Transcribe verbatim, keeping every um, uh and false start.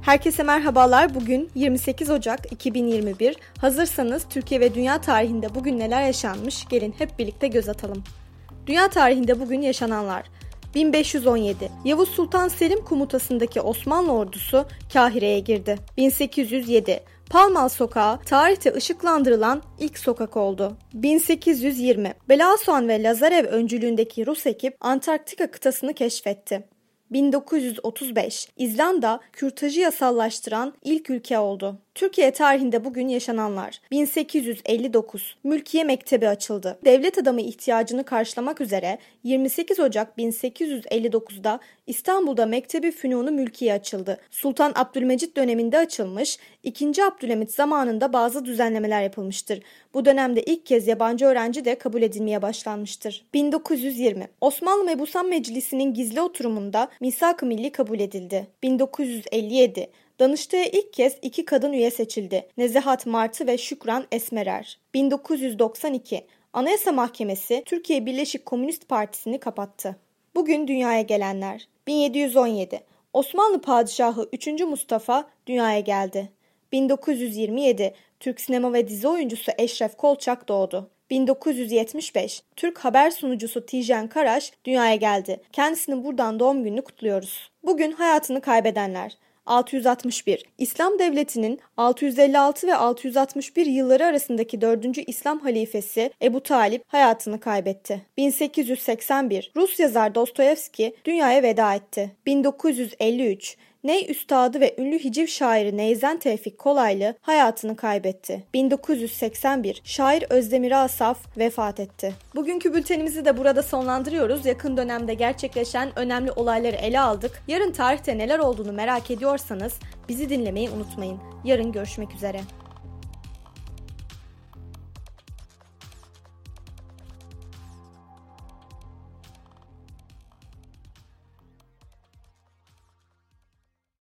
Herkese merhabalar. Bugün yirmi sekiz Ocak iki bin yirmi bir. Hazırsanız Türkiye ve dünya tarihinde bugün neler yaşanmış? Gelin hep birlikte göz atalım. Dünya tarihinde bugün yaşananlar. bin beş yüz on yedi. Yavuz Sultan Selim komutasındaki Osmanlı ordusu Kahire'ye girdi. bin sekiz yüz yedi. Palmal Sokağı tarihte ışıklandırılan ilk sokak oldu. bin sekiz yüz yirmi. Belasuan ve Lazarev öncülüğündeki Rus ekip Antarktika kıtasını keşfetti. bin dokuz yüz otuz beş. İzlanda kürtajı yasallaştıran ilk ülke oldu. Türkiye tarihinde bugün yaşananlar. bin sekiz yüz elli dokuz. Mülkiye Mektebi açıldı. Devlet adamı ihtiyacını karşılamak üzere yirmi sekiz Ocak bin sekiz yüz elli dokuzda İstanbul'da Mektebi Fünunu Mülkiye açıldı. Sultan Abdülmecit döneminde açılmış, ikinci. Abdülhamit zamanında bazı düzenlemeler yapılmıştır. Bu dönemde ilk kez yabancı öğrenci de kabul edilmeye başlanmıştır. bin dokuz yüz yirmi. Osmanlı Mebusan Meclisi'nin gizli oturumunda Misak-ı Milli kabul edildi. bin dokuz yüz elli yedi. Danıştay'a ilk kez iki kadın üye seçildi. Nezihat Martı ve Şükran Esmerer. bin dokuz yüz doksan iki. Anayasa Mahkemesi Türkiye Birleşik Komünist Partisi'ni kapattı. Bugün dünyaya gelenler. bin yedi yüz on yedi. Osmanlı Padişahı üçüncü. Mustafa dünyaya geldi. bin dokuz yüz yirmi yedi. Türk sinema ve dizi oyuncusu Eşref Kolçak doğdu. bin dokuz yüz yetmiş beş. Türk haber sunucusu Tijen Karaş dünyaya geldi. Kendisinin buradan doğum gününü kutluyoruz. Bugün hayatını kaybedenler. altı yüz altmış bir. İslam Devleti'nin altı yüz elli altı ve altı yüz altmış bir yılları arasındaki dördüncü İslam halifesi Ebu Talip hayatını kaybetti. bin sekiz yüz seksen bir. Rus yazar Dostoyevski dünyaya veda etti. bin dokuz yüz elli üç. Ney Üstadı ve ünlü hiciv şairi Neyzen Tevfik Kolaylı hayatını kaybetti. bin dokuz yüz seksen bir. Şair Özdemir Asaf vefat etti. Bugünkü bültenimizi de burada sonlandırıyoruz. Yakın dönemde gerçekleşen önemli olayları ele aldık. Yarın tarihte neler olduğunu merak ediyorsanız bizi dinlemeyi unutmayın. Yarın görüşmek üzere.